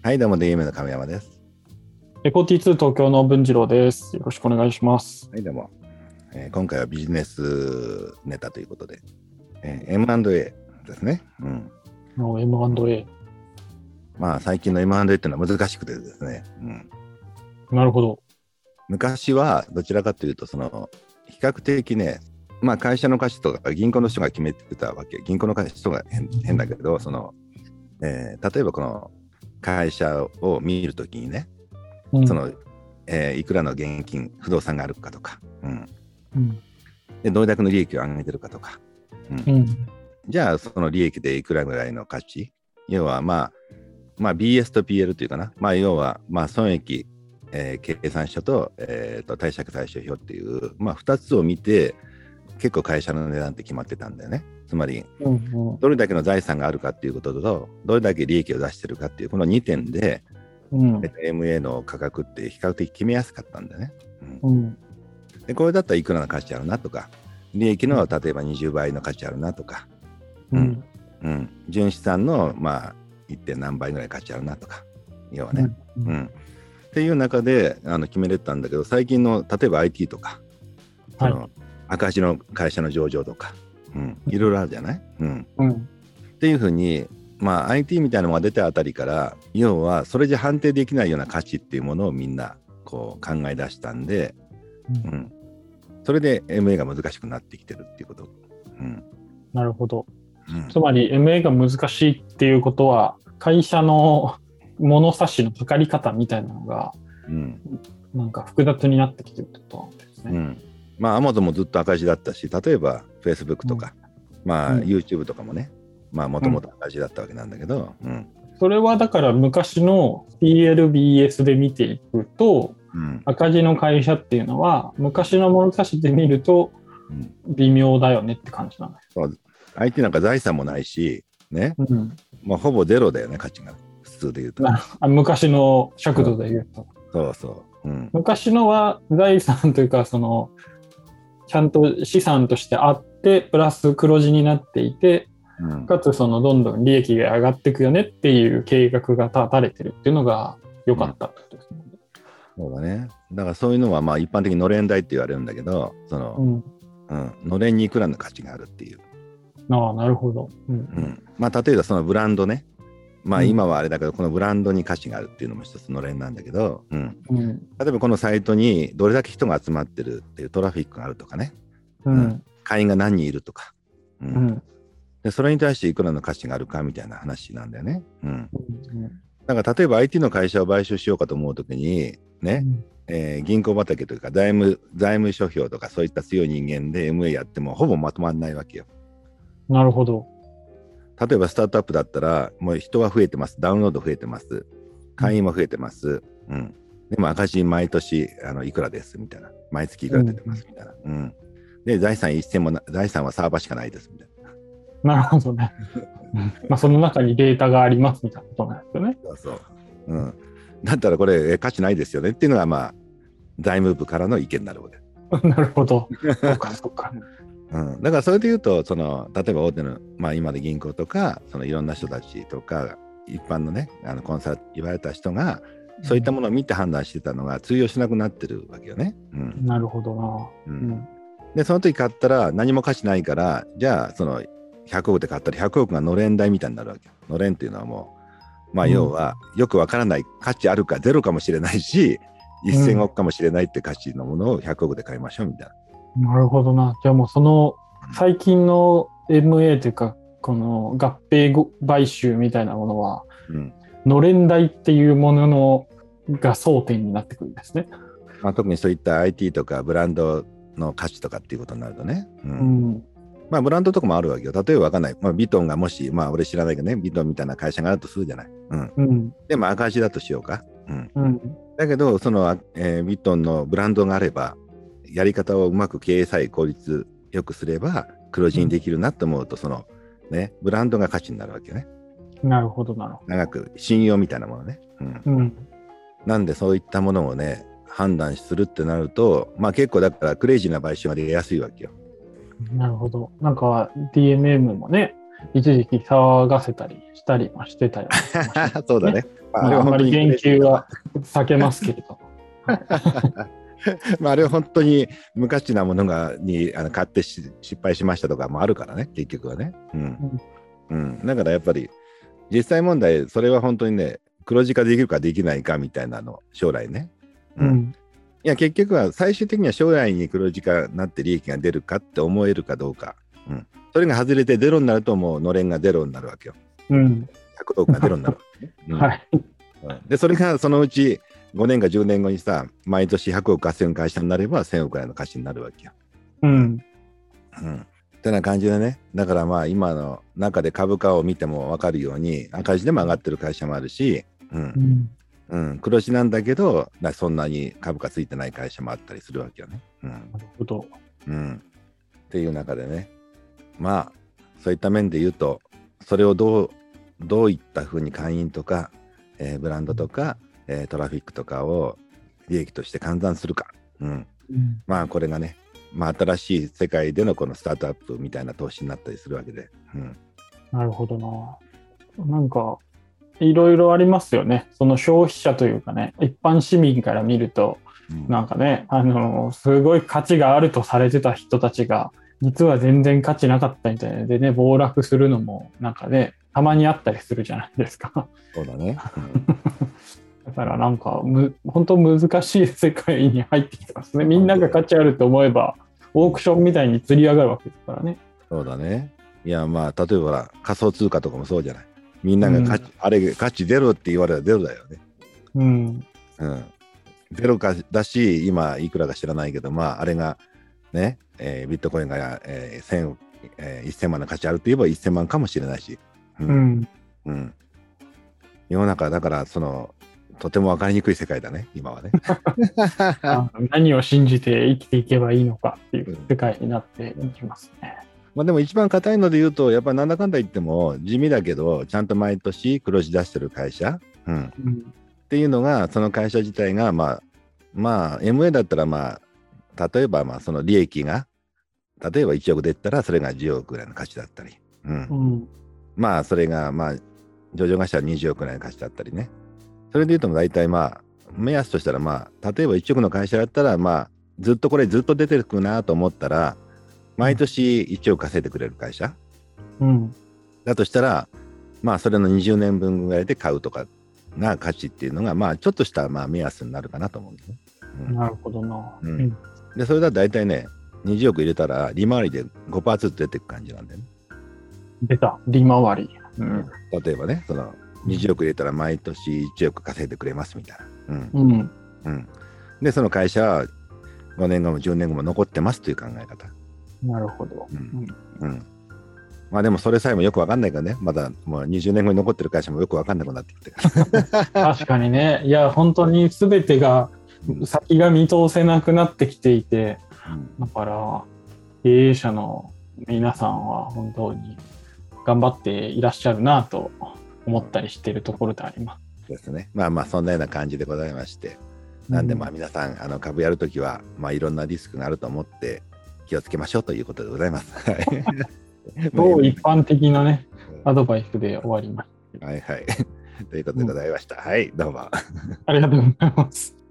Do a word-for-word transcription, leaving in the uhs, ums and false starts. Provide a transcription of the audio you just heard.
はい、どうも ディーエムエー の亀山です。 エコティーツー東京の文次郎です。よろしくお願いします。 はい、どうも、えー、今回はビジネスネタということで、えー、エムアンドエー ですね。うん。 の エムアンドエー。 まあ最近の エムアンドエー っていうのは難しくてですね。うん。 なるほど。 昔はどちらかというとその比較的ね、まあ会社の価値とか銀行の人が決めてたわけ。銀行の人が 変, 変だけど、その、えー、例えばこの会社を見るときにね、うん、その、えー、いくらの現金不動産があるかとか、うんうん、でどれだけの利益を上げてるかとか、うんうん、じゃあその利益でいくらぐらいの価値、要はまあまあ ビーエス と ピーエル というかな、まあ要はまあ損益、えー、計算書と、えー、と貸借対照表っていうまあふたつを見て結構会社の値段って決まってたんだよね。つまり、うんうん、どれだけの財産があるかっていうこととどれだけ利益を出してるかっていうこのにてんで、うん、エムエー の価格って比較的決めやすかったんだよね。うんうん、でこれだったらいくらの価値あるなとか、利益の例えばにじゅうばいの価値あるなとか、うんうん、純資産のまあ いってん 何倍ぐらい価値あるなとか、要はね、うんうん、っていう中であの決めれたんだけど、最近の例えば アイティー とか、その、はい、赤字の会社の上場とか、うん、いろいろあるじゃない、うんうん、っていうふうにまあ アイティー みたいなのが出たあたりから要はそれじゃ判定できないような価値っていうものをみんなこう考え出したんで、うんうん、それで エムエー が難しくなってきてるっていうこと、 うん、なるほど、うん、つまり エムエー が難しいっていうことは会社の物差しの測り方みたいなのが、うん、なんか複雑になってきてるってことなんですね、うん、 まあ Amazon もずっと赤字だったし、例えば Facebook とか、うん、まあ、うん、YouTube とかもね、まあもともと赤字だったわけなんだけど、うんうん、 それはだから昔の ピーエルビーエス で見ていくと、うん、赤字の会社っていうのは昔の物差しで見ると微妙だよねって感じなんです、 うん、相手なんか財産もないしね、うん、まあほぼゼロだよね、価値が普通で言うと。 あ、昔の尺度で言うと、 そうそう、うん、 昔のは財産というかそのちゃんと資産としてあってプラス黒字になっていて、うん、かつそのどんどん利益が上がっていくよねっていう計画が立たれてるっていうのが良かったってことですね、 うん、そうだね。だからそういうのはまあ一般的にのれん代って言われるんだけど、その、うんうん、のれんにいくらの価値があるっていう。 ああ、なるほど、うんうん、 まあ例えばそのブランドね、まあ今はあれだけど、このブランドに価値があるっていうのも一つのれんなんだけど、うんうん、例えばこのサイトにどれだけ人が集まってるっていうトラフィックがあるとかね、うんうん、会員が何人いるとか、うんうん、でそれに対していくらの価値があるかみたいな話なんだよね、うんうん、だから例えば アイティー の会社を買収しようかと思うときにね、うんえー、銀行畑というか財務、財務諸表とかそういった強い人間で エムエー やってもほぼまとまらないわけよ。 なるほど。 例えばスタートアップだったらもう人は増えてます、ダウンロード増えてます、会員も増えてます、うん、でも赤字毎年あのいくらですみたいな、毎月いくら出てますみたいな、うんうん、で財産一銭もな、財産はサーバーしかないですみたいな。なるほどねまあその中にデータがありますみたいなことなんですよね。 そうそう、うん、だったらこれ価値ないですよねっていうのがまあ財務部からの意見になるわけなるほどそうかそうかうん、だからそれで言うとその例えば大手の、まあ、今で銀行とかそのいろんな人たちとか一般のねあのコンサル言われた人がそういったものを見て判断してたのが通用しなくなってるわけよね、うん、 なるほどな、うん、 でその時買ったら何も価値ないからじゃあそのひゃくおくで買ったらひゃくおくがのれん代みたいになるわけよ。のれんっていうのはもうまあ要はよくわからない価値あるかゼロかもしれないしせんおくかもしれないって価値のものをひゃくおくで買いましょうみたいな。 なるほどな。じゃあもうその最近の エムエー というかこの合併買収みたいなものは、うん、のれん代っていうもののが争点になってくるんですね。 まあ、特にそういった アイティー とかブランドの価値とかっていうことになるとね、うんうん、まあブランドとかもあるわけよ。例えばわかんない、まあ、ビトンがもしまあ俺知らないけどね、ビトンみたいな会社があるとするじゃない、うんうん、でも赤字だとしようか、うんうん、だけどその、えー、ビトンのブランドがあればやり方をうまく経営さえ効率よくすれば黒字にできるなと思うと、うん、そのねブランドが価値になるわけね。 なるほどなるほど。 長く信用みたいなものね、うんうん、なんでそういったものをね判断するってなると、まあ結構だからクレイジーな買収が出やすいわけよ。 なるほど。なんか ディーエムエム もね、 一時期騒がせたりしたりもしてたよね。 そうだね。 まあ、あんまり言及は避けますけれど。 まああれは本当に無価値なものがにあの買ってし失敗しましたとかもあるからね、結局はね。うんうん、だからやっぱり実際問題、それは本当にね、黒字化できるかできないかみたいなの、将来ね。うん、うん、いや結局は最終的には将来に黒字化になって利益が出るかって思えるかどうか。うん、それが外れてゼロになるともうのれんがゼロになるわけよ。 うん、 ひゃくおくがゼロになるわけ、ね。うん、 はい。 でそれがそのうちごねんかじゅうねんごにさ、毎年ひゃくおく稼ぐ会社になればせんおくぐらいの価値になるわけよ。 うん。 うん。ってな感じでね。だからまあ今の中で株価を見ても分かるように赤字でも上がってる会社もあるし、うん。うん、うん、黒字なんだけど、そんなに株価ついてない会社もあったりするわけよね。うん。なるほど。 うん。っていう中でね。まあそういった面で言うと、それをどう、どういったふうに会員とか、えー、ブランドとか、えー、トラフィックとかを利益として換算するか、うんうん、まあこれがね、まあ、新しい世界でのこのスタートアップみたいな投資になったりするわけで、うん、 なるほどな。なんかいろいろありますよね。その消費者というかね、一般市民から見ると、うん、なんかね、あのすごい価値があるとされてた人たちが実は全然価値なかったみたいなでね、暴落するのもなんかね、たまにあったりするじゃないですか。 そうだね。うんだからなんかむ本当難しい世界に入ってきてますね。みんなが価値あると思えばオークションみたいに釣り上がるわけですからね。 そうだね。いやまあ例えば仮想通貨とかもそうじゃない。みんなが価値、うん、あれ価値ゼロって言われたらゼロだよね。 うん。 うん。ゼロかだし今いくらか知らないけどまああれがね、えー、ビットコインが、えー、せん、えー、せんまんの価値あるといえばせんまんかもしれないし。うん。うんうん、世の中だからそのとても分かりにくい世界だね、今はね。 何を信じて生きていけばいいのかっていう世界になっていきますね。 まあ、でも一番硬いので言うと、やっぱりなんだかんだ言っても地味だけど、ちゃんと毎年黒字出してる会社、うんうん、っていうのが、その会社自体が、まあ、まあ、エムエー だったら、まあ、例えば、まあ、その利益が、例えばいちおく出たら、それがじゅうおくぐらいの価値だったり、うんうん、まあ、それが、まあ、上場会社はにじゅうおくぐらいの価値だったりね。それで言うと大体まあ目安としたらまあ例えばいちおくの会社だったらまあずっとこれずっと出てくるなと思ったら毎年いちおく稼いでくれる会社、うん、だとしたらまあそれのにじゅうねんぶんぐらいで買うとかが価値っていうのがまあちょっとしたまあ目安になるかなと思うんですね。 うん、なるほどな。 うん、でそれだと大体ねにじゅうおく入れたら利回りで ごパーセント ずつ出ていく感じなんだよね。 出た利回り、うん、 例えばねそのにじゅうおく入れたら毎年いちおく稼いでくれますみたいな。うんうんうん、でその会社はごねんごもじゅうねんごも残ってますという考え方。 なるほど。 うんうん、まあでもそれさえもよくわかんないからね、まだもうにじゅうねんごに残ってる会社もよくわかんなくなってきて確かにね、いや本当に全てが先が見通せなくなってきていて、うん、だから経営者の皆さんは本当に頑張っていらっしゃるなと思ったりしているところであります。 ですね。まあまあそんなような感じでございまして、うん、なんでまあ皆さんあの株やるときはまあいろんなリスクがあると思って気をつけましょうということでございます。 超一般的なねアドバイスで終わります。 はいはい。ということでございました。うん、はいどうもありがとうございます。